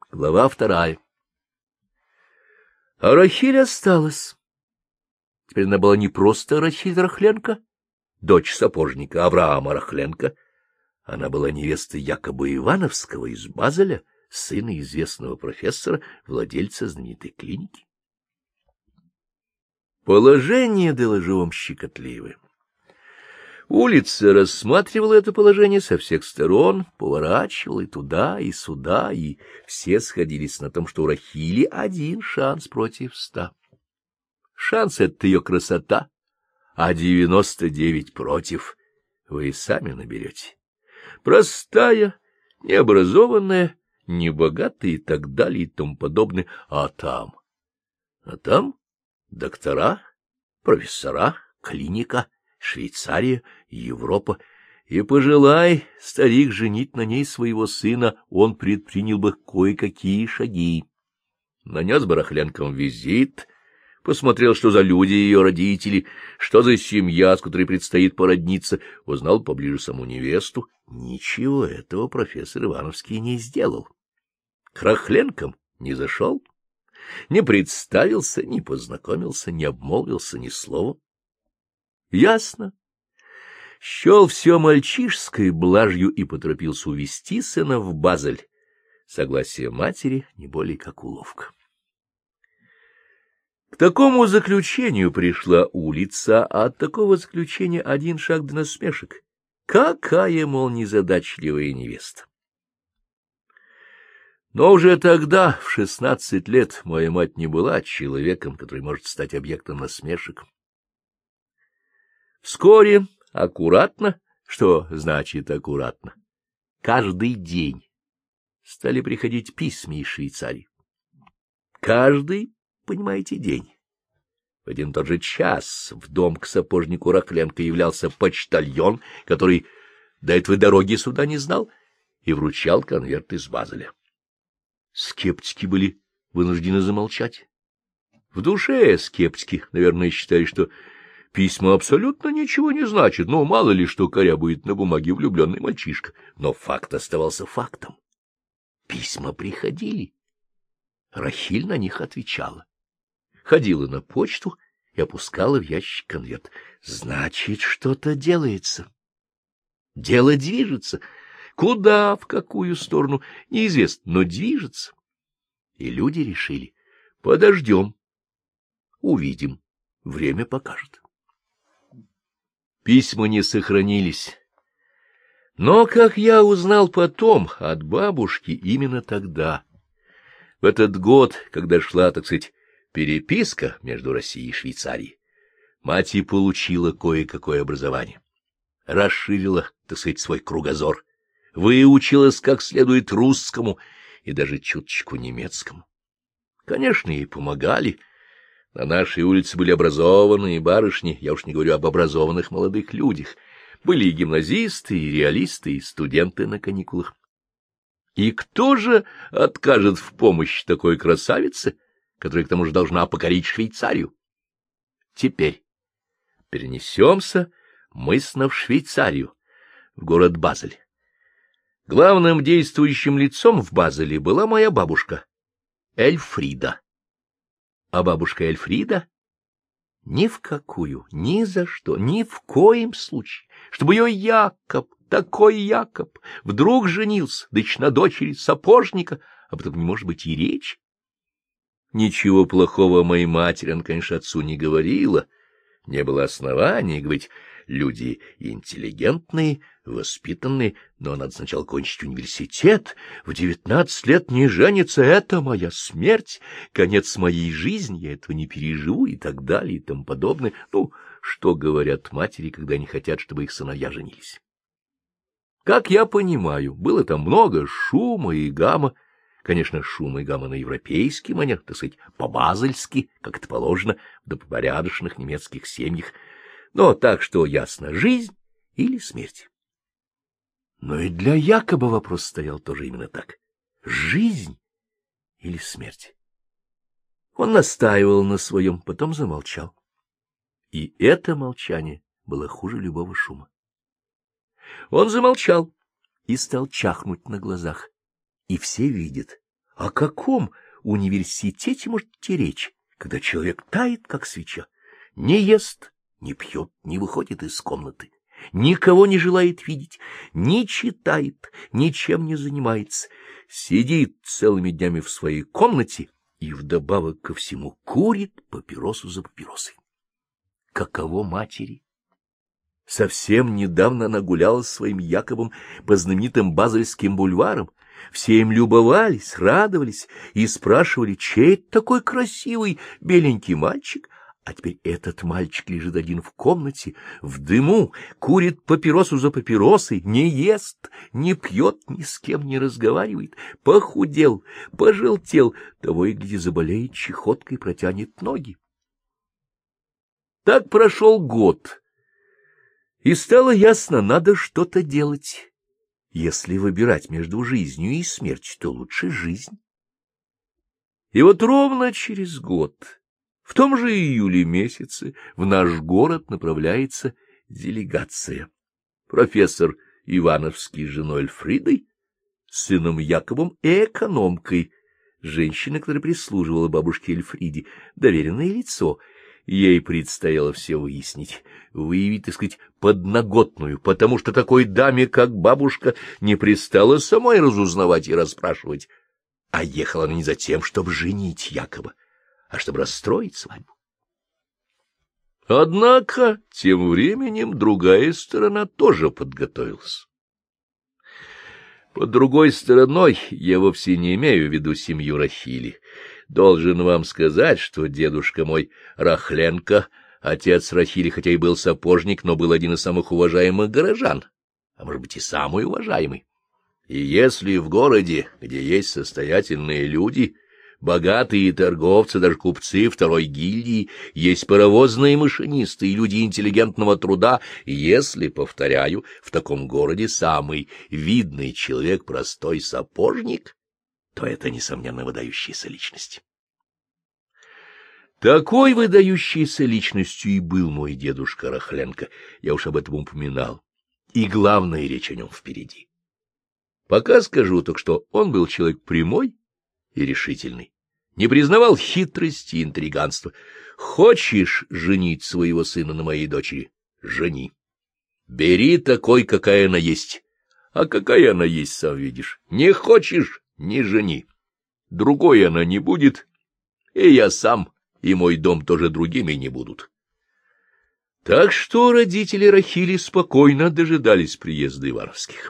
Глава 2. А Рахиль осталась. Теперь она была не просто Рахиль Рахленко, дочь сапожника Авраама Рахленко. Она была невестой якобы Ивановского из Базеля, сына известного профессора, владельца знаменитой клиники. Положение, доложу вам, щекотливое. Улица рассматривала это положение со всех сторон, поворачивала и туда, и сюда, и все сходились на том, что у Рахили один шанс против 100. Шанс — это ее красота, а 99 против. Вы и сами наберете. Простая, необразованная, небогатая и так далее и тому подобное. А там доктора, профессора, клиника, Швейцария, Европа. И пожелай старик женить на ней своего сына, он предпринял бы кое-какие шаги. Нанес бы Рахленкам визит, посмотрел, что за люди ее родители, что за семья, с которой предстоит породниться, узнал поближе саму невесту. Ничего этого профессор Ивановский не сделал. К Рахленкам не зашел, не представился, не познакомился, не обмолвился ни словом. Ясно. Счел все мальчишской блажью и поторопился увезти сына в Базель. Согласие матери не более как уловка. К такому заключению пришла улица, а от такого заключения один шаг до насмешек. Какая, мол, незадачливая невеста! Но уже тогда, в 16 лет, моя мать не была человеком, который может стать объектом насмешек. Вскоре, аккуратно, что значит аккуратно, каждый день стали приходить письма из Швейцарии. Каждый, понимаете, день. В один и тот же час в дом к сапожнику Рахленко являлся почтальон, который до этого дороги сюда не знал, и вручал конверт из Базеля. Скептики были вынуждены замолчать. В душе скептики, наверное, считали, что письма абсолютно ничего не значат, но мало ли что корябает на бумаге влюбленный мальчишка. Но факт оставался фактом. Письма приходили. Рахиль на них отвечала. Ходила на почту и опускала в ящик конверт. Значит, что-то делается. Дело движется. Куда, в какую сторону, неизвестно, но движется. И люди решили: подождем, увидим, время покажет. Письма не сохранились. Но, как я узнал потом от бабушки, именно тогда, в этот год, когда шла, так сказать, переписка между Россией и Швейцарией, мать и получила кое-какое образование, расширила, так сказать, свой кругозор, выучилась как следует русскому и даже чуточку немецкому. Конечно, ей помогали. На нашей улице были образованные барышни, я уж не говорю об образованных молодых людях. Были и гимназисты, и реалисты, и студенты на каникулах. И кто же откажет в помощи такой красавице, которая к тому же должна покорить Швейцарию? Теперь перенесемся мысленно в Швейцарию, в город Базель. Главным действующим лицом в Базеле была моя бабушка Эльфрида. А бабушка Эльфрида ни в какую, ни за что, ни в коем случае, чтобы ее Якоб, такой Якоб, вдруг женился, да еще на дочери сапожника, об этом не может быть и речи. Ничего плохого моей матери она, конечно, отцу не говорила, не было оснований говорить: люди интеллигентные, воспитанные, но надо сначала кончить университет, в 19 лет не жениться — это моя смерть, конец моей жизни, я этого не переживу и так далее и тому подобное. Ну, что говорят матери, когда не хотят, чтобы их сыновья женились? Как я понимаю, было там много шума и гамма, конечно, шума и гамма на европейский манер, так сказать, по-базельски, как это положено в добропорядочных немецких семьях, но так что ясно: жизнь или смерть. Но и для Якоба вопрос стоял тоже именно так: жизнь или смерть. Он настаивал на своем, потом замолчал. И это молчание было хуже любого шума. Он замолчал и стал чахнуть на глазах. И все видят: О каком университете может идти речь, когда человек тает, как свеча, не ест, не пьет, не выходит из комнаты, никого не желает видеть, не читает, ничем не занимается, сидит целыми днями в своей комнате и вдобавок ко всему курит папиросу за папиросой? Каково матери? Совсем недавно она гуляла с своим Якобом по знаменитым Базельским бульварам. Все им любовались, радовались и спрашивали, чей это такой красивый беленький мальчик. А теперь этот мальчик лежит один в комнате, в дыму, курит папиросу за папиросой, не ест, не пьет, ни с кем не разговаривает, похудел, пожелтел, того и гляди заболеет чехоткой, протянет ноги. Так прошел год, и стало ясно, надо что-то делать. Если выбирать между жизнью и смертью, то лучше жизнь. И вот ровно через год, в том же июле месяце, в наш город направляется делегация. Профессор Ивановский с женой Эльфридой, сыном Якобом и экономкой, женщина, которая прислуживала бабушке Эльфриде, доверенное лицо. Ей предстояло все выяснить, выявить, так сказать, подноготную, потому что такой даме, как бабушка, не пристало самой разузнавать и расспрашивать, а ехала она не за тем, чтобы женить Якоба, а чтобы расстроить свадьбу. Однако тем временем другая сторона тоже подготовилась. Под другой стороной я вовсе не имею в виду семью Рахили. Должен вам сказать, что дедушка мой Рахленко, отец Рахили, хотя и был сапожник, но был один из самых уважаемых горожан, а может быть и самый уважаемый. И если в городе, где есть состоятельные люди, богатые торговцы, даже купцы второй гильдии, есть паровозные машинисты и люди интеллигентного труда, если, повторяю, в таком городе самый видный человек простой сапожник, то это, несомненно, выдающаяся личность. Такой выдающейся личностью и был мой дедушка Рахленко, я уж об этом упоминал, и главная речь о нем впереди. Пока скажу только, что он был человек прямой и решительный, не признавал хитрости и интриганства. Хочешь женить своего сына на моей дочери? Жени. Бери такой, какая она есть. А какая она есть, сам видишь. Не хочешь? Не жени. Другой она не будет, и я сам, и мой дом тоже другими не будут. Так что родители Рахили спокойно дожидались приезда Ивановских.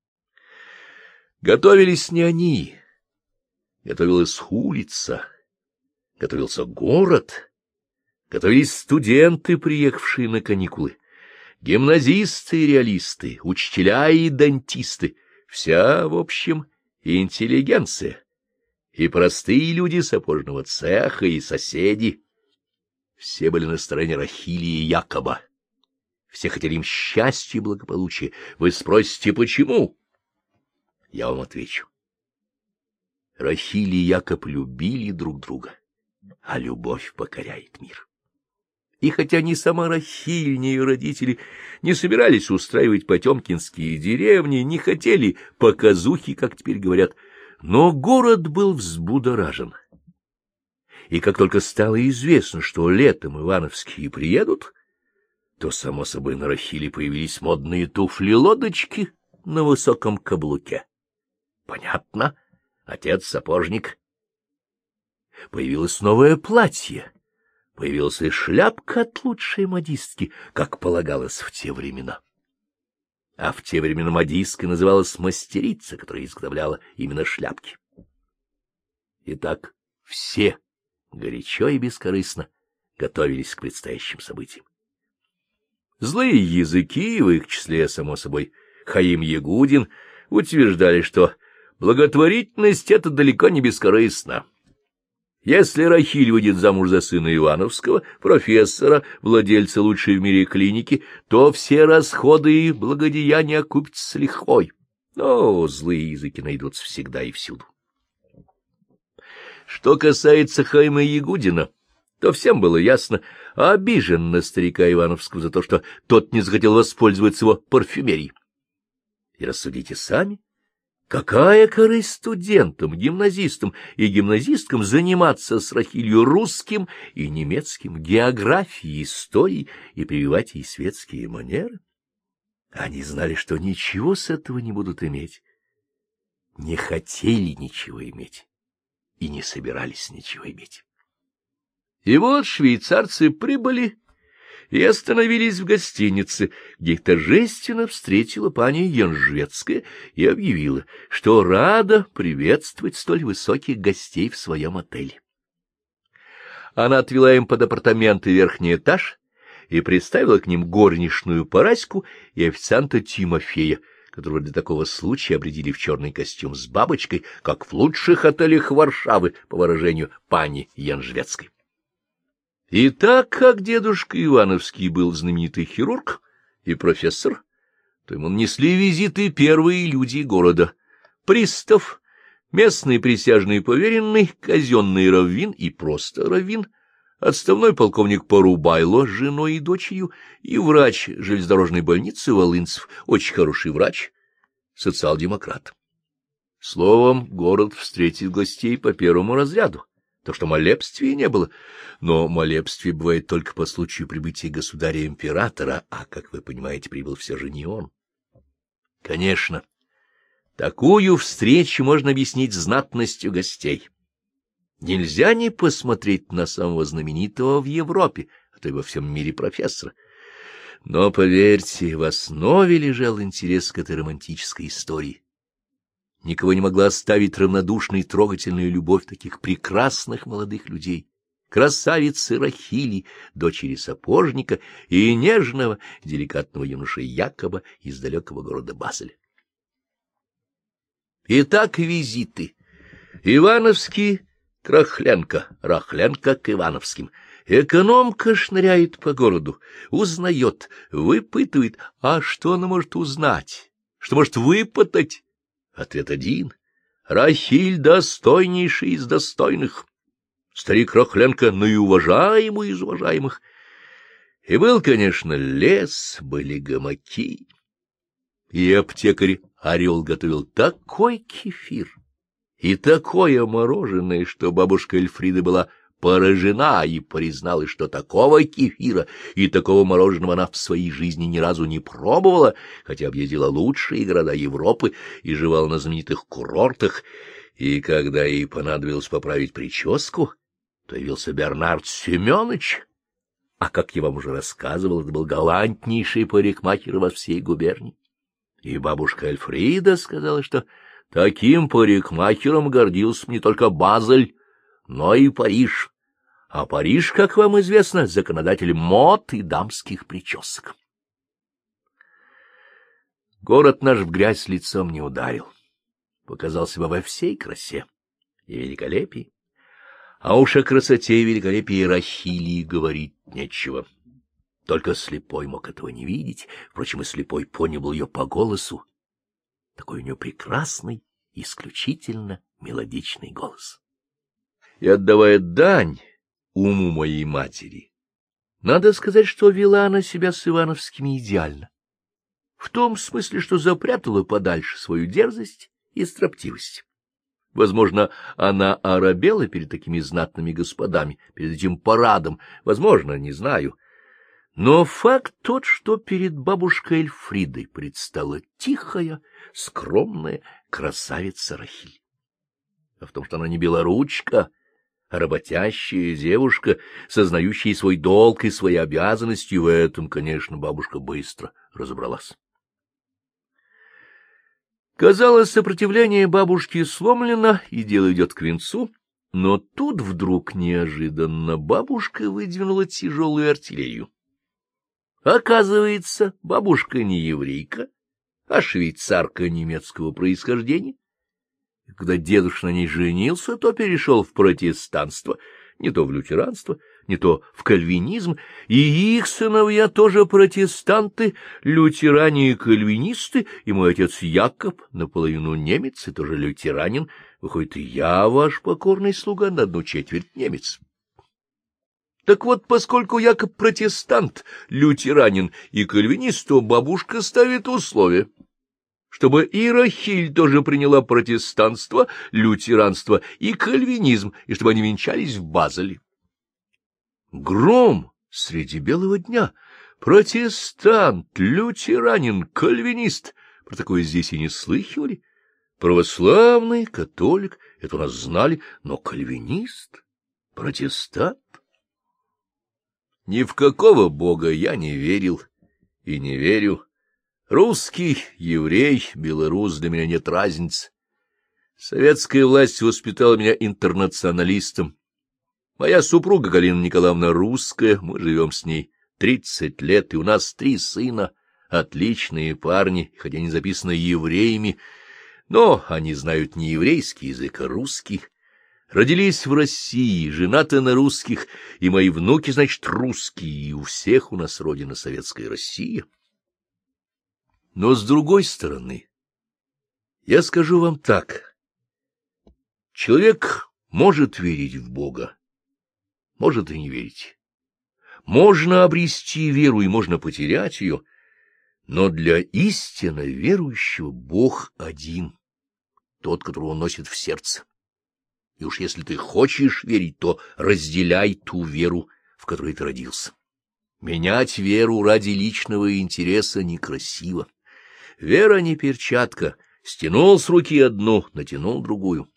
Готовились не они, готовилась улица, готовился город, готовились студенты, приехавшие на каникулы, гимназисты и реалисты, учителя и дантисты, вся, в общем, интеллигенция, и простые люди сапожного цеха, и соседи. Все были на стороне Рахили и Якоба. Все хотели им счастья и благополучия. Вы спросите, почему? Я вам отвечу. Рахили и Якоб любили друг друга, а любовь покоряет мир. И хотя ни сама Рахиль, ни ее родители не собирались устраивать потемкинские деревни, не хотели показухи, как теперь говорят, но город был взбудоражен. И как только стало известно, что летом Ивановские приедут, то, само собой, на Рахиле появились модные туфли-лодочки на высоком каблуке. Понятно, отец сапожник. Появилось новое платье. Появилась и шляпка от лучшей модистки, как полагалось в те времена. А в те времена модисткой называлась мастерица, которая изготовляла именно шляпки. Итак, все горячо и бескорыстно готовились к предстоящим событиям. Злые языки, в их числе, само собой, Хаим Ягудин, утверждали, что благотворительность — это далеко не бескорыстно. Если Рахиль выйдет замуж за сына Ивановского, профессора, владельца лучшей в мире клиники, то все расходы и благодеяния окупятся с лихвой. Но злые языки найдутся всегда и всюду. Что касается Хаима Ягудина, то всем было ясно, обижен на старика Ивановского за то, что тот не захотел воспользоваться его парфюмерией. И рассудите сами, Какая корысть студентам, гимназистам и гимназисткам заниматься с Рахилью русским и немецким, географией, историей и прививать ей светские манеры? Они знали, что ничего с этого не будут иметь, не хотели ничего иметь и не собирались ничего иметь. И вот швейцарцы прибыли и остановились в гостинице, где их торжественно встретила пани Янжвецкая и объявила, что рада приветствовать столь высоких гостей в своем отеле. Она отвела им под апартаменты верхний этаж и приставила к ним горничную Параську и официанта Тимофея, которого для такого случая обрядили в черный костюм с бабочкой, как в лучших отелях Варшавы, по выражению пани Янжвецкой. И так как дедушка Ивановский был знаменитый хирург и профессор, то ему нанесли визиты первые люди города: пристав, местный присяжный поверенный, казенный раввин и просто раввин, отставной полковник Порубайло с женой и дочерью и врач железнодорожной больницы Волынцев, очень хороший врач, социал-демократ. Словом, город встретит гостей по первому разряду, так что молебствия не было, но молебствие бывает только по случаю прибытия государя-императора, а, как вы понимаете, прибыл все же не он. Конечно, такую встречу можно объяснить знатностью гостей. Нельзя не посмотреть на самого знаменитого в Европе, а то и во всем мире профессора. Но, поверьте, в основе лежал интерес к этой романтической истории. Никого не могла оставить равнодушной и трогательная любовь таких прекрасных молодых людей, красавицы Рахили, дочери сапожника, и нежного, деликатного юноши Якоба из далекого города Базеля. Итак, визиты. Ивановский к Рахленко, Рахленко к Ивановским. Экономка шныряет по городу, узнает, выпытывает. А что она может узнать? Что может выпытать? Ответ один. Рахиль достойнейший из достойных. Старик Рахленко наиуважаемый из уважаемых. И был, конечно, лес, были гамаки. И аптекарь Орел готовил такой кефир и такое мороженое, что бабушка Эльфрида была поражена и призналась, что такого кефира и такого мороженого она в своей жизни ни разу не пробовала, хотя объездила лучшие города Европы и жевала на знаменитых курортах. И когда ей понадобилось поправить прическу, то явился Бернард Семенович, а, как я вам уже рассказывал, это был галантнейший парикмахер во всей губернии. И бабушка Эльфрида сказала, что таким парикмахером гордился не только Базель, но и Париж. А Париж, как вам известно, законодатель мод и дамских причесок. Город наш в грязь лицом не ударил. Показал себя во всей красе и великолепии. А уж о красоте и великолепии Рахилии говорить нечего. Только слепой мог этого не видеть. Впрочем, и слепой понял ее по голосу. Такой у нее прекрасный, исключительно мелодичный голос. И отдавая дань уму моей матери, надо сказать, что вела она себя с Ивановскими идеально. В том смысле, что запрятала подальше свою дерзость и строптивость. Возможно, она оробела перед такими знатными господами, перед этим парадом, возможно, не знаю. Но факт тот, что перед бабушкой Эльфридой предстала тихая, скромная красавица Рахиль. А в том, что она не белоручка, а работящая девушка, сознающая свой долг и свои обязанности, в этом, конечно, бабушка быстро разобралась. Казалось, сопротивление бабушки сломлено, и дело идет к венцу, но тут вдруг неожиданно бабушка выдвинула тяжелую артиллерию. Оказывается, бабушка не еврейка, а швейцарка немецкого происхождения. И когда дедушка на ней женился, то перешел в протестанство, не то в лютеранство, не то в кальвинизм, и их сыновья тоже протестанты, лютеране и кальвинисты, и мой отец Якоб наполовину немец и тоже лютеранин, выходит, и я, ваш покорный слуга, на 1/4 немец. Так вот, поскольку Якоб протестант, лютеранин и кальвинист, то бабушка ставит условие. чтобы и Рахиль тоже приняла протестанство, лютеранство и кальвинизм, и чтобы они венчались в Базеле. Гром среди белого дня. Протестант, лютеранин, кальвинист. Про такое здесь и не слыхивали. Православный, католик — это у нас знали, но кальвинист, протестант. Ни в какого бога я не верил и не верю. Русский, еврей, белорус — для меня нет разницы. Советская власть воспитала меня интернационалистом. Моя супруга Галина Николаевна русская, мы живем с ней 30 лет, и у нас 3 сына, отличные парни, хотя они записаны евреями, но они знают не еврейский язык, а русский. Родились в России, женаты на русских, и мои внуки, значит, русские, и у всех у нас родина советская Россия. Но с другой стороны, я скажу вам так. Человек может верить в Бога, может и не верить. Можно обрести веру и можно потерять ее, но для истинно верующего Бог один, тот, которого он носит в сердце. И уж если ты хочешь верить, то разделяй ту веру, в которой ты родился. Менять веру ради личного интереса некрасиво. Вера не перчатка, стянул с руки одну, натянул другую.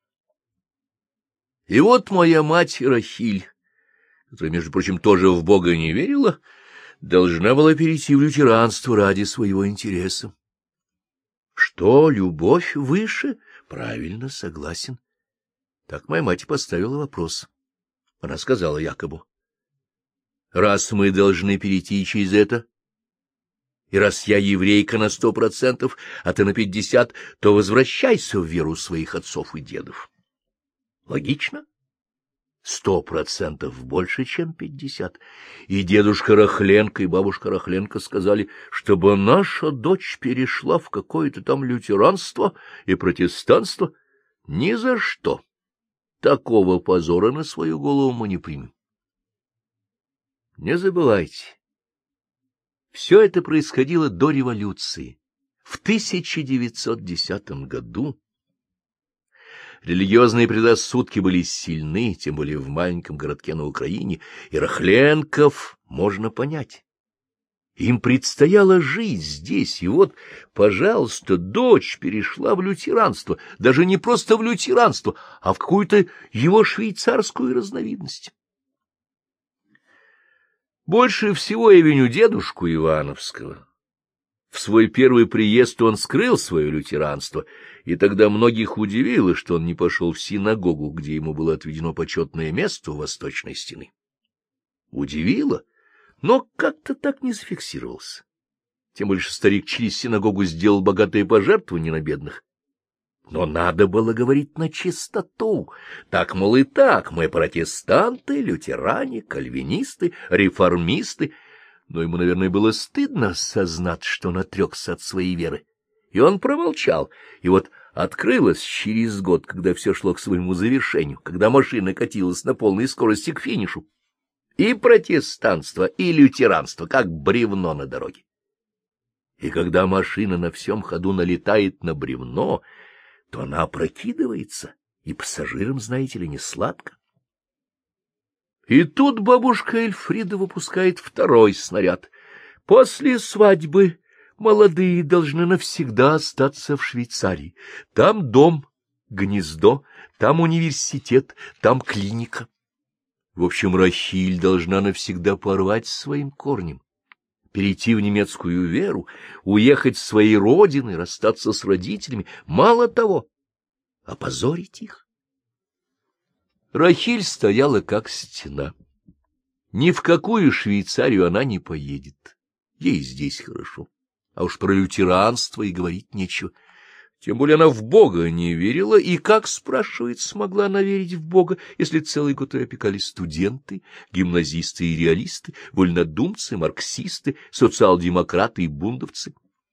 И вот моя мать Рахиль, которая, между прочим, тоже в Бога не верила, должна была перейти в лютеранство ради своего интереса. Что, любовь выше? Правильно, согласен. Так моя мать поставила вопрос. Она сказала Якобу: раз мы должны перейти через это, и раз я еврейка на 100%, а ты на 50%, то возвращайся в веру своих отцов и дедов. Логично? 100% больше, чем 50%. И дедушка Рахленко, и бабушка Рахленко сказали, чтобы наша дочь перешла в какое-то там лютеранство и протестанство. Ни за что. Такого позора на свою голову мы не примем. Не забывайте, все это происходило до революции. В 1910 году религиозные предрассудки были сильны, тем более в маленьком городке на Украине, и Рахленков можно понять. Им предстояло жить здесь, и вот, пожалуйста, дочь перешла в лютеранство, даже не просто в лютеранство, а в какую-то его швейцарскую разновидность. Больше всего я виню дедушку Ивановского. В свой первый приезд он скрыл свое лютеранство, и тогда многих удивило, что он не пошел в синагогу, где ему было отведено почетное место у восточной стены. Удивило, но как-то так не зафиксировался. Тем более, что старик через синагогу сделал богатые пожертвования на бедных. Но надо было говорить на чистоту. Так, мол, и так, мы протестанты, лютеране, кальвинисты, реформисты. Но ему, наверное, было стыдно осознать, что он отрекся от своей веры. И он промолчал. И вот открылось через год, когда все шло к своему завершению, когда машина катилась на полной скорости к финишу. И протестанство, и лютеранство, как бревно на дороге. И когда машина на всем ходу налетает на бревно, то она опрокидывается, и пассажирам, знаете ли, не сладко. И тут бабушка Эльфрида выпускает второй снаряд. После свадьбы молодые должны навсегда остаться в Швейцарии. Там дом, гнездо, там университет, там клиника. В общем, Рахиль должна навсегда порвать с своим корнем, перейти в немецкую веру, уехать с своей родины, расстаться с родителями, мало того, опозорить их. Рахиль стояла как стена. Ни в какую Швейцарию она не поедет. Ей здесь хорошо. А уж про лютеранство и говорить нечего. Тем более она в Бога не верила, и как, спрашивается, смогла она верить в Бога, если целый год ее опекали студенты, гимназисты и реалисты, вольнодумцы, марксисты, социал-демократы и бундовцы.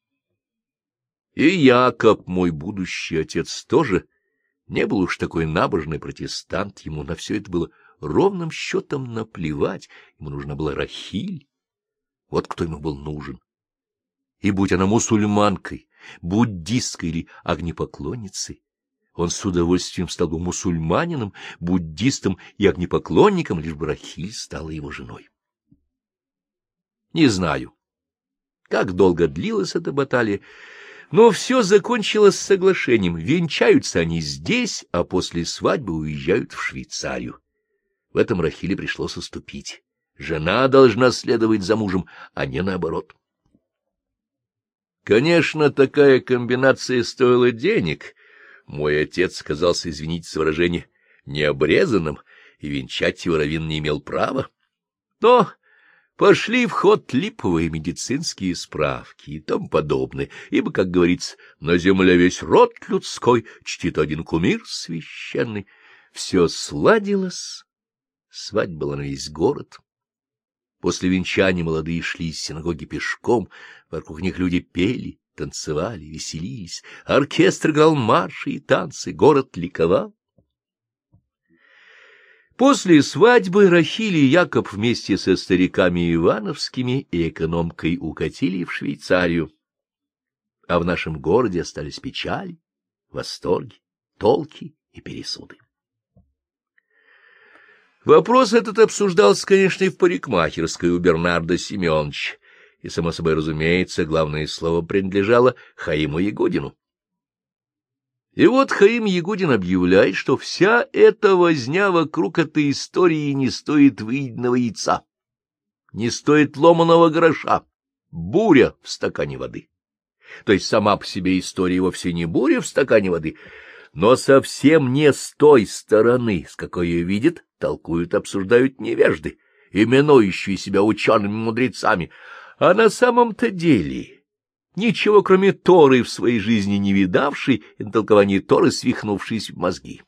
И Якоб, мой будущий отец, тоже не был уж такой набожный протестант, ему на все это было ровным счетом наплевать, ему нужна была Рахиль. Вот кто ему был нужен. И будь она мусульманкой, буддисткой или огнепоклонницей. Он с удовольствием стал бы мусульманином, буддистом и огнепоклонником, лишь бы Рахиль стала его женой. Не знаю, как долго длилась эта баталия, но все закончилось соглашением. Венчаются они здесь, а после свадьбы уезжают в Швейцарию. В этом Рахиле пришлось уступить. Жена должна следовать за мужем, а не наоборот. Конечно, такая комбинация стоила денег. Мой отец оказался, извините за выражение, необрезанным, и венчать его раввин не имел права. Но пошли в ход липовые медицинские справки и тому подобное, ибо, как говорится, на земле весь род людской чтит один кумир священный. Все сладилось, свадьба была на весь город. После венчания молодые шли из синагоги пешком, вокруг них люди пели, танцевали, веселились, оркестр играл марши и танцы, город ликовал. После свадьбы Рахиль и Яков вместе со стариками Ивановскими и экономкой укатили в Швейцарию, а в нашем городе остались печали, восторги, толки и пересуды. Вопрос этот обсуждался, конечно, и в парикмахерской у Бернарда Семеновича, и, само собой разумеется, главное слово принадлежало Хаиму Ягудину. И вот Хаим Ягудин объявляет, что вся эта возня вокруг этой истории не стоит выеденного яйца, не стоит ломаного гроша, буря в стакане воды. То есть сама по себе история вовсе не буря в стакане воды, но совсем не с той стороны, с какой ее видят, толкуют, обсуждают невежды, именующие себя учеными-мудрецами, а на самом-то деле ничего, кроме Торы, в своей жизни не видавший, и на толковании Торы свихнувшись в мозги.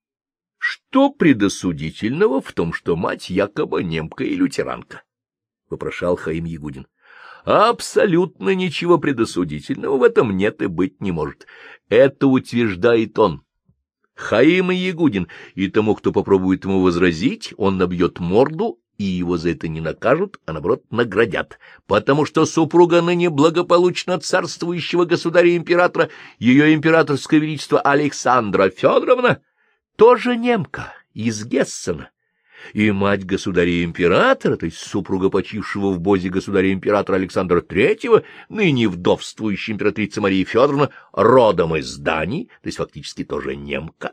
Что предосудительного в том, что мать якобы немка и лютеранка? — вопрошал Хаим Ягудин. Абсолютно ничего предосудительного в этом нет и быть не может. Это утверждает он. Хаим Ягудин, и тому, кто попробует ему возразить, он набьет морду, и его за это не накажут, а, наоборот, наградят, потому что супруга ныне благополучно царствующего государя-императора, ее императорское величество Александра Федоровна, тоже немка из Гессена, и мать государя-императора, то есть супруга почившего в бозе государя-императора Александра III, ныне вдовствующая императрица Мария Федоровна, родом из Дании, то есть фактически тоже немка.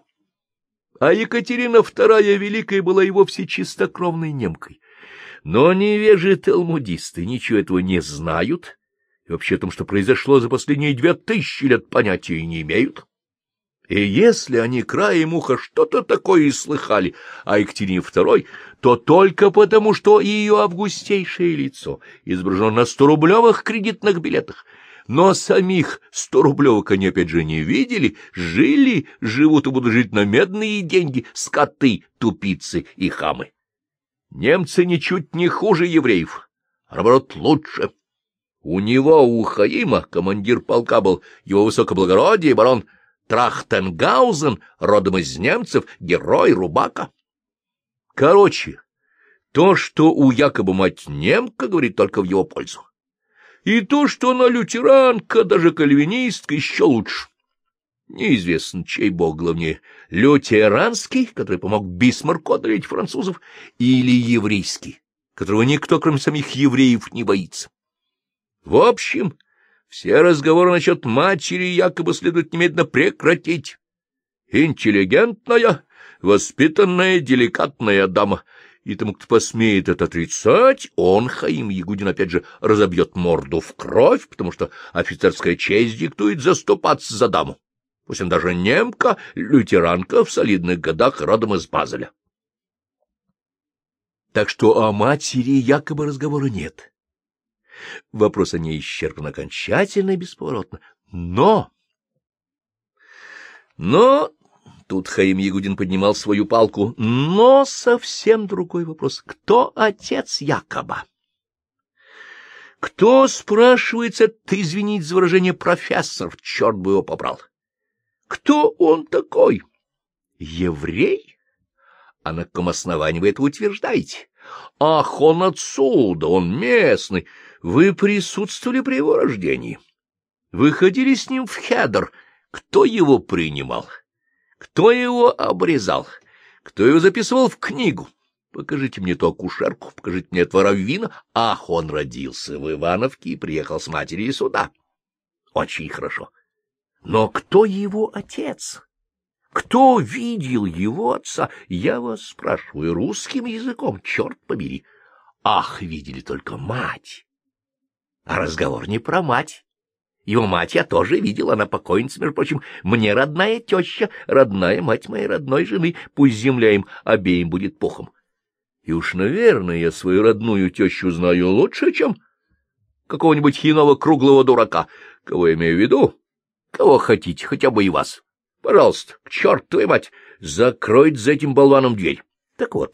А Екатерина II Великая была и вовсе чистокровной немкой. Но невежи-талмудисты ничего этого не знают, и вообще о том, что произошло за последние 2000 лет, понятия не имеют. И если они краем уха что-то такое и слыхали о Екатерине II, то только потому, что ее августейшее лицо изображено на 100-рублевых кредитных билетах. Но самих 100-рублевок они опять же не видели, жили, живут и будут жить на медные деньги, скоты, тупицы и хамы. Немцы ничуть не хуже евреев, а наоборот лучше. У него, у Хаима, командир полка был его высокоблагородие, барон Трахтенгаузен, родом из немцев, герой Рубака. Короче, то, что у якобы мать немка, говорит только в его пользу. И то, что она лютеранка, даже кальвинистка, еще лучше. Неизвестно, чей бог главнее, лютеранский, который помог Бисмарку одолеть французов, или еврейский, которого никто, кроме самих евреев, не боится. В общем, все разговоры насчет матери якобы следует немедленно прекратить. Интеллигентная, воспитанная, деликатная дама. И тому, кто посмеет это отрицать, он, Хаим Ягудин, опять же, разобьет морду в кровь, потому что офицерская честь диктует заступаться за даму. Пусть он даже немка, лютеранка в солидных годах, родом из Базеля. Так что о матери якобы разговора нет. Вопрос о ней исчерпан окончательно и бесповоротно. Но тут Хаим Ягудин поднимал свою палку. Но совсем другой вопрос. Кто отец Якоба? Кто, спрашивается, ты, извините за выражение, профессор, черт бы его побрал? Кто он такой? Еврей? А на каком основании вы это утверждаете? Ах, он отсюда, он местный. Вы присутствовали при его рождении. выходили с ним в хедер. Кто его принимал? Кто его обрезал? Кто его записывал в книгу? Покажите мне ту акушерку, покажите мне этого вина. Ах, он родился в Ивановке и приехал с матерью сюда. Очень хорошо. Но кто его отец? Кто видел его отца? Я вас спрашиваю русским языком, черт побери. Ах, видели только мать. А разговор не про мать. Его мать я тоже видел, она покойница, между прочим, мне родная теща, родная мать моей родной жены, пусть земля им обеим будет пухом. И уж, наверное, я свою родную тещу знаю лучше, чем какого-нибудь хиного круглого дурака. Кого я имею в виду? Кого хотите, хотя бы и вас. Пожалуйста, к чертовой мать, закройте за этим болваном дверь. Так вот,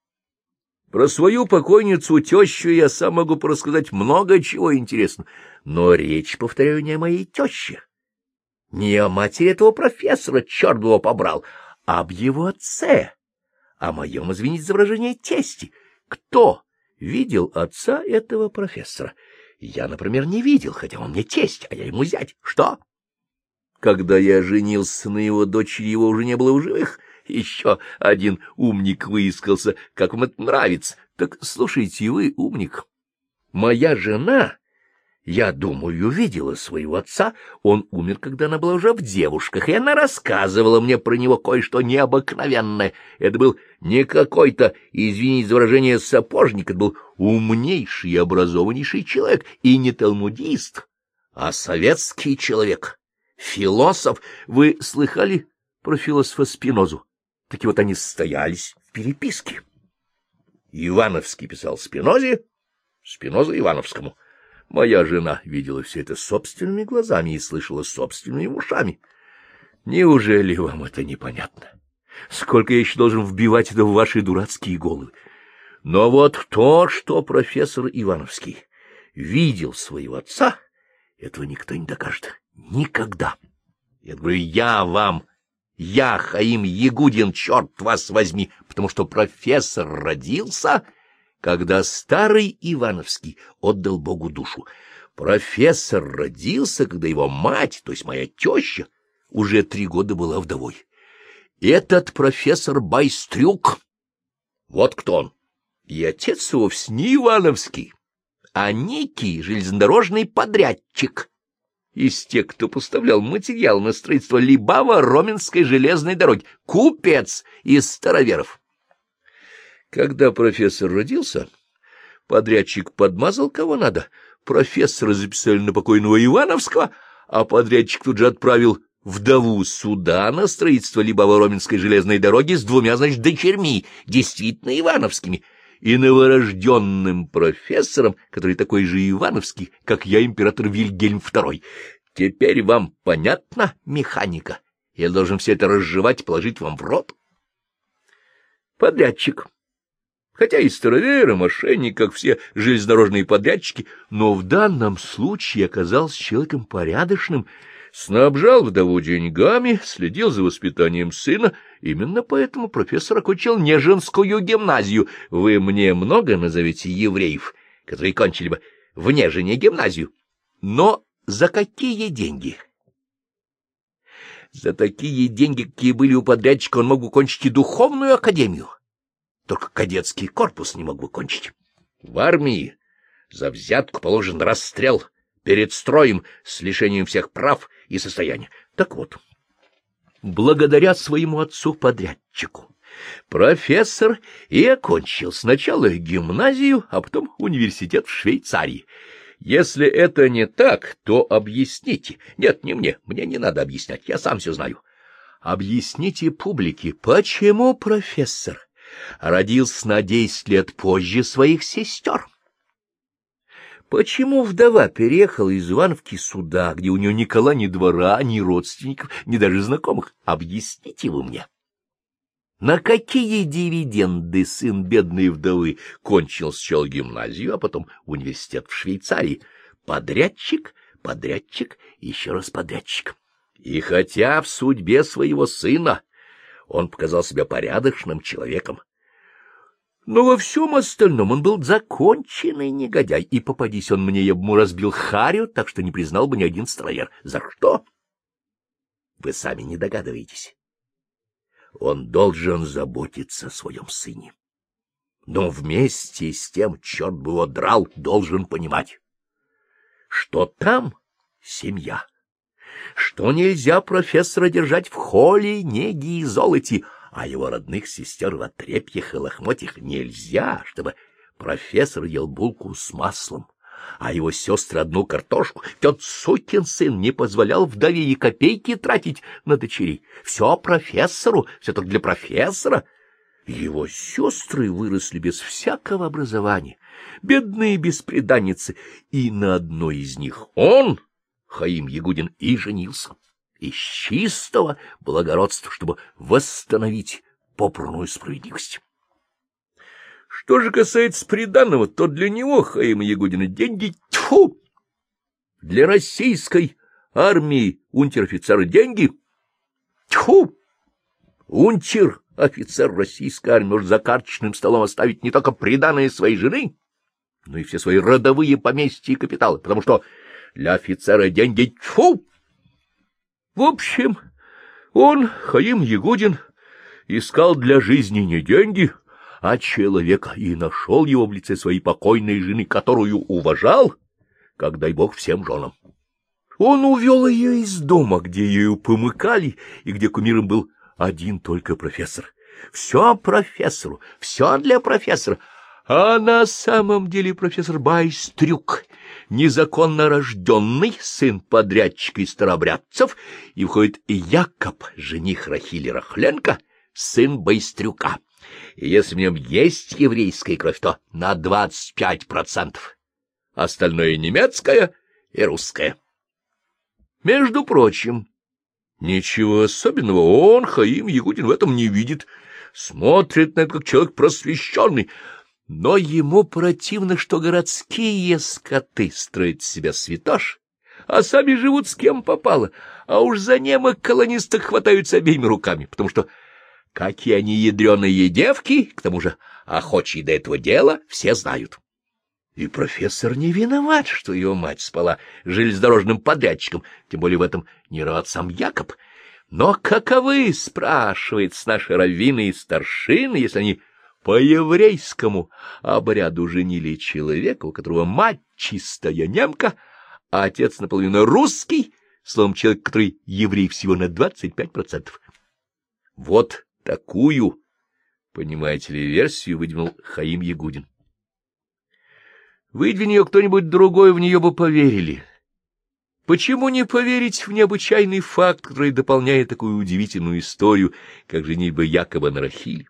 про свою покойницу тещу я сам могу порассказать много чего интересного, но речь, повторяю, не о моей теще, не о матери этого профессора, черт его побрал, а об его отце, о моем, извините за выражение, тесте. Кто видел отца этого профессора? Я, например, не видел, хотя он мне тесть, а я ему зять. Что? Когда я женился на его дочери, его уже не было в живых. Еще один умник выискался, как вам это нравится. Так слушайте вы, умник, моя жена, я думаю, видела своего отца. Он умер, когда она была уже в девушках, и она рассказывала мне про него кое-что необыкновенное. Это был не какой-то, извините за выражение, сапожник, это был умнейший и образованнейший человек, и не талмудист, а советский человек, философ. Вы слыхали про философа Спинозу? Таки вот они состоялись в переписке. Ивановский писал Спинозе, Спиноза Ивановскому. Моя жена видела все это собственными глазами и слышала собственными ушами. Неужели вам это непонятно? Сколько я еще должен вбивать это в ваши дурацкие головы? Но вот то, что профессор Ивановский видел своего отца, этого никто не докажет. Никогда. Я говорю, я вам... Я, Хаим Ягудин, черт вас возьми, потому что профессор родился, когда старый Ивановский отдал Богу душу. Профессор родился, когда его мать, то есть моя теща, уже 3 года была вдовой. Этот профессор Байстрюк, вот кто он, и отец вовсе не Ивановский, а некий железнодорожный подрядчик из тех, кто поставлял материал на строительство Либаво-Роменской железной дороги, купец из староверов. Когда профессор родился, подрядчик подмазал кого надо, профессора записали на покойного Ивановского, а подрядчик тут же отправил вдову сюда на строительство Либаво-Роменской железной дороги с 2, значит, дочерьми, действительно ивановскими, и новорожденным профессором, который такой же ивановский, как я, император Вильгельм II. Теперь вам понятна механика? Я должен все это разжевать и положить вам в рот. Подрядчик. Хотя и старовер, и мошенник, как все железнодорожные подрядчики, но в данном случае оказался человеком порядочным, снабжал вдову деньгами, следил за воспитанием сына. Именно поэтому профессор окончил не женскую гимназию. Вы мне много назовете евреев, которые кончили бы внеженее гимназию. Но за какие деньги? За такие деньги, какие были у подрядчика, он мог бы кончить и духовную академию. Только кадетский корпус не мог бы кончить. В армии за взятку положен расстрел перед строем с лишением всех прав и состояния. Так вот, благодаря своему отцу-подрядчику профессор и окончил сначала гимназию, а потом университет в Швейцарии. Если это не так, то объясните. Нет, не мне не надо объяснять, я сам все знаю. Объясните публике, почему профессор родился на 10 лет позже своих сестер. Почему вдова переехала из Ивановки сюда, где у нее ни кола, ни двора, ни родственников, ни даже знакомых? Объясните вы мне. На какие дивиденды сын бедной вдовы кончил сначала гимназию, а потом университет в Швейцарии? Подрядчик, еще раз подрядчик. И хотя в судьбе своего сына он показал себя порядочным человеком, Но во всем остальном он был законченный негодяй, и попадись он мне, я бы ему разбил харю, так что не признал бы ни один строяр. За что? Вы сами не догадываетесь. Он должен заботиться о своем сыне. Но вместе с тем, черт бы его драл, должен понимать, что там семья, что нельзя профессора держать в холле, неге и золоте, а его родных сестер в отрепьях и лохмотьях нельзя, чтобы профессор ел булку с маслом, а его сестры одну картошку. Тот сукин сын не позволял вдове и копейки тратить на дочерей. Все профессору, все только для профессора. Его сестры выросли без всякого образования, бедные бесприданницы, и на одной из них он, Хаим Ягудин, и женился. Из чистого благородства, чтобы восстановить попранную справедливость. Что же касается приданого, то для него, Хаима Ягудина, деньги — тьфу! Для российской армии унтер-офицера деньги — тьфу! Унтер-офицер российской армии может за карточным столом оставить не только приданое своей жены, но и все свои родовые поместья и капиталы, потому что для офицера деньги — тьфу! В общем, он, Хаим Ягудин, искал для жизни не деньги, а человека, и нашел его в лице своей покойной жены, которую уважал, как дай бог всем женам. Он увел ее из дома, где ею помыкали, и где кумиром был один только профессор. Все профессору, все для профессора. А на самом деле профессор Байстрюк, незаконно рожденный сын подрядчика из старообрядцев, и входит Якоб, жених Рахили Рахленко, сын Байстрюка. И если в нем есть еврейская кровь, то на 25%. Остальное немецкое и русское. Между прочим, ничего особенного он, Хаим Ягудин, в этом не видит. Смотрит на это как человек просвещенный. Но ему противно, что городские скоты строят из себя святош, а сами живут с кем попало, а уж за немок колонисток хватаются обеими руками, потому что какие они ядреные девки, к тому же охочие до этого дела, все знают. И профессор не виноват, что его мать спала с железнодорожным подрядчиком, тем более в этом не рад сам Якоб. Но каковы, спрашивается, наши раввины и старшины, если они по еврейскому обряду женили человека, у которого мать чистая немка, а отец наполовину русский, словом, человек, который еврей всего на 25%. Вот такую, понимаете ли, версию выдвинул Хаим Ягудин. Выдвинь ее кто-нибудь другой, в нее бы поверили. Почему не поверить в необычайный факт, который дополняет такую удивительную историю, как женитьба Якоба на Рахиле?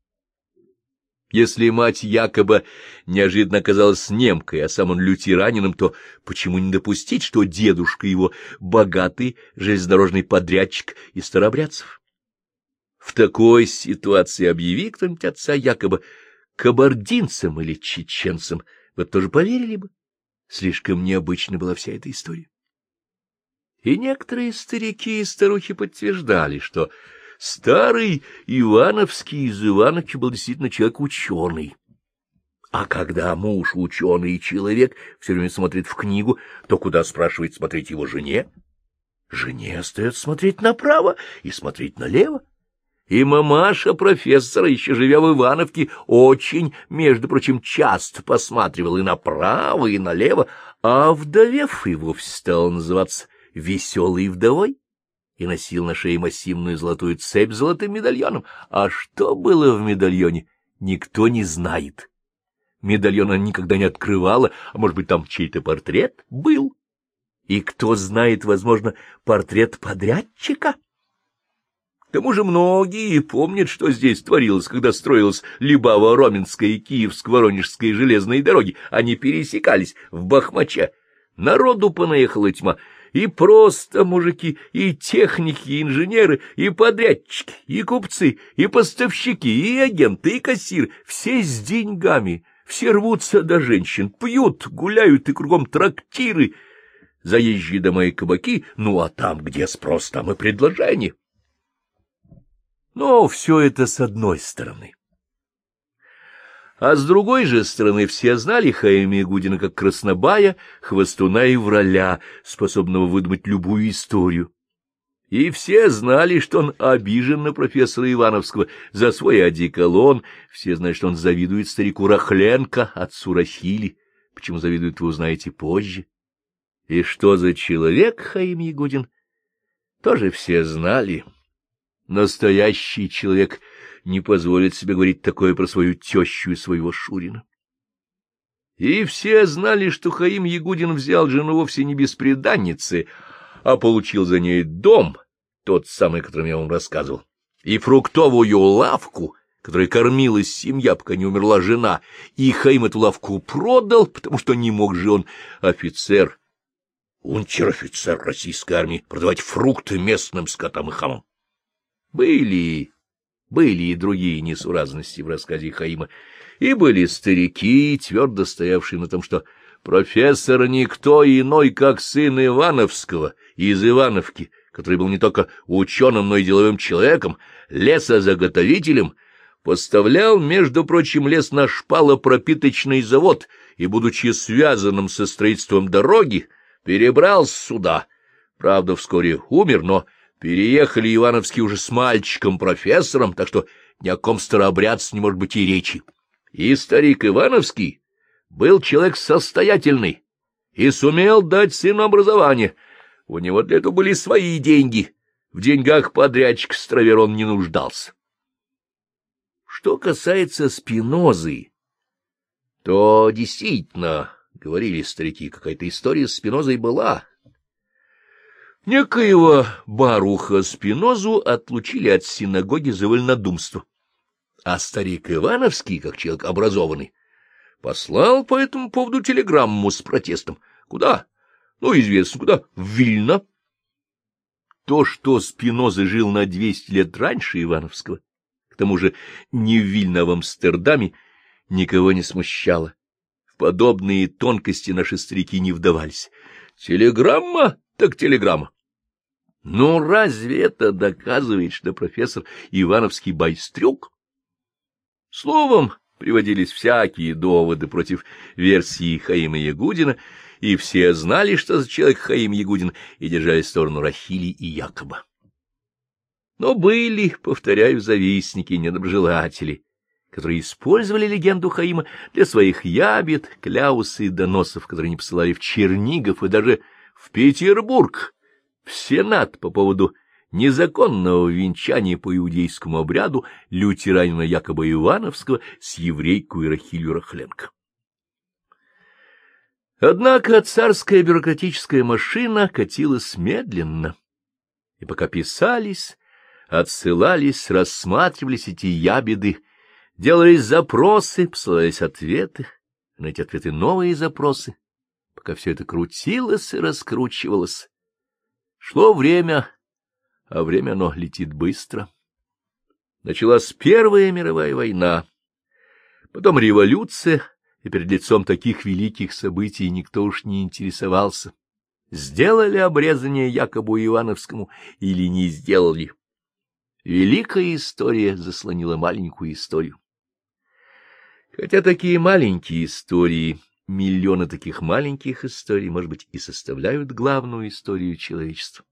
Если мать Якоба неожиданно оказалась немкой, а сам он лютеранином, то почему не допустить, что дедушка его богатый железнодорожный подрядчик из старообрядцев? В такой ситуации объяви кто-нибудь отца Якоба кабардинцем или чеченцем, вы тоже поверили бы. Слишком необычна была вся эта история. И некоторые старики и старухи подтверждали, что старый Ивановский из Ивановки был действительно человек ученый. А когда муж ученый человек все время смотрит в книгу, то куда, спрашивает, смотреть его жене? Жене остается смотреть направо и смотреть налево. И мамаша профессора, еще живя в Ивановке, очень, между прочим, часто посматривал и направо, и налево, а вдовев и вовсе стала называться «веселой вдовой» и носил на шее массивную золотую цепь с золотым медальоном. А что было в медальоне, никто не знает. Медальон она никогда не открывала, а может быть, там чей-то портрет был. И кто знает, возможно, портрет подрядчика? К тому же многие помнят, что здесь творилось, когда строилась Либаво-Роменская и Киевско-Воронежская железные дороги. Они пересекались в Бахмаче. Народу понаехала тьма. И просто мужики, и техники, и инженеры, и подрядчики, и купцы, и поставщики, и агенты, и кассиры. Все с деньгами, все рвутся до женщин, пьют, гуляют, и кругом трактиры, заезжие дома и кабаки. Ну, а там, где спрос, там и предложение. Но все это с одной стороны. А с другой же стороны все знали Хаима Ягудина как краснобая, хвостуна и враля, способного выдумать любую историю. И все знали, что он обижен на профессора Ивановского за свой одеколон, все знали, что он завидует старику Рахленко, отцу Рахили. Почему завидует, вы узнаете позже. И что за человек Хаим Ягудин, тоже все знали. Настоящий человек не позволит себе говорить такое про свою тещу и своего Шурина. И все знали, что Хаим Ягудин взял жену вовсе не бесприданницы, а получил за ней дом, тот самый, о котором я вам рассказывал, и фруктовую лавку, которой кормилась семья, пока не умерла жена, и Хаим эту лавку продал, потому что не мог же он, офицер, унтер-офицер российской армии, продавать фрукты местным скотам и хамам. Были и другие несуразности в рассказе Хаима, и были старики, твердо стоявшие на том, что профессор никто иной, как сын Ивановского из Ивановки, который был не только ученым, но и деловым человеком, лесозаготовителем, поставлял, между прочим, лес на шпалопропиточный завод и, будучи связанным со строительством дороги, перебрался сюда. Правда, вскоре умер, но переехали Ивановские уже с мальчиком-профессором, так что ни о ком старообрядце не может быть и речи. И старик Ивановский был человек состоятельный и сумел дать сыну образование. У него для этого были свои деньги. В деньгах подрядчик Стравер он не нуждался. Что касается Спинозы, то действительно, говорили старики, какая-то история с Спинозой была. Некоего Баруха Спинозу отлучили от синагоги за вольнодумство, а старик Ивановский, как человек образованный, послал по этому поводу телеграмму с протестом. Куда? Ну, известно, куда. В Вильно. То, что Спиноза жил на 200 лет раньше Ивановского, к тому же не в Вильно, а в Амстердаме, никого не смущало. В подобные тонкости наши старики не вдавались. Телеграмма, так телеграмма. Ну, разве это доказывает, что профессор Ивановский байстрюк? Словом, приводились всякие доводы против версии Хаима Ягудина, и все знали, что за человек Хаим Ягудин, и держали сторону Рахили и Якоба. Но были, повторяю, завистники, недоброжелатели, которые использовали легенду Хаима для своих ябед, кляус и доносов, которые они посылали в Чернигов и даже в Петербург, в Сенат по поводу незаконного венчания по иудейскому обряду лютеранина Якоба Ивановского с еврейкой Рахилью Рахленко. Однако царская бюрократическая машина катилась медленно, и пока писались, отсылались, рассматривались эти ябеды, делались запросы, посылались ответы, на эти ответы новые запросы, пока все это крутилось и раскручивалось. Шло время, а время оно летит быстро. Началась Первая мировая война, потом революция, и перед лицом таких великих событий никто уж не интересовался, сделали обрезание Якобу Ивановскому или не сделали. Великая история заслонила маленькую историю. Хотя такие маленькие истории, миллионы таких маленьких историй, может быть, и составляют главную историю человечества.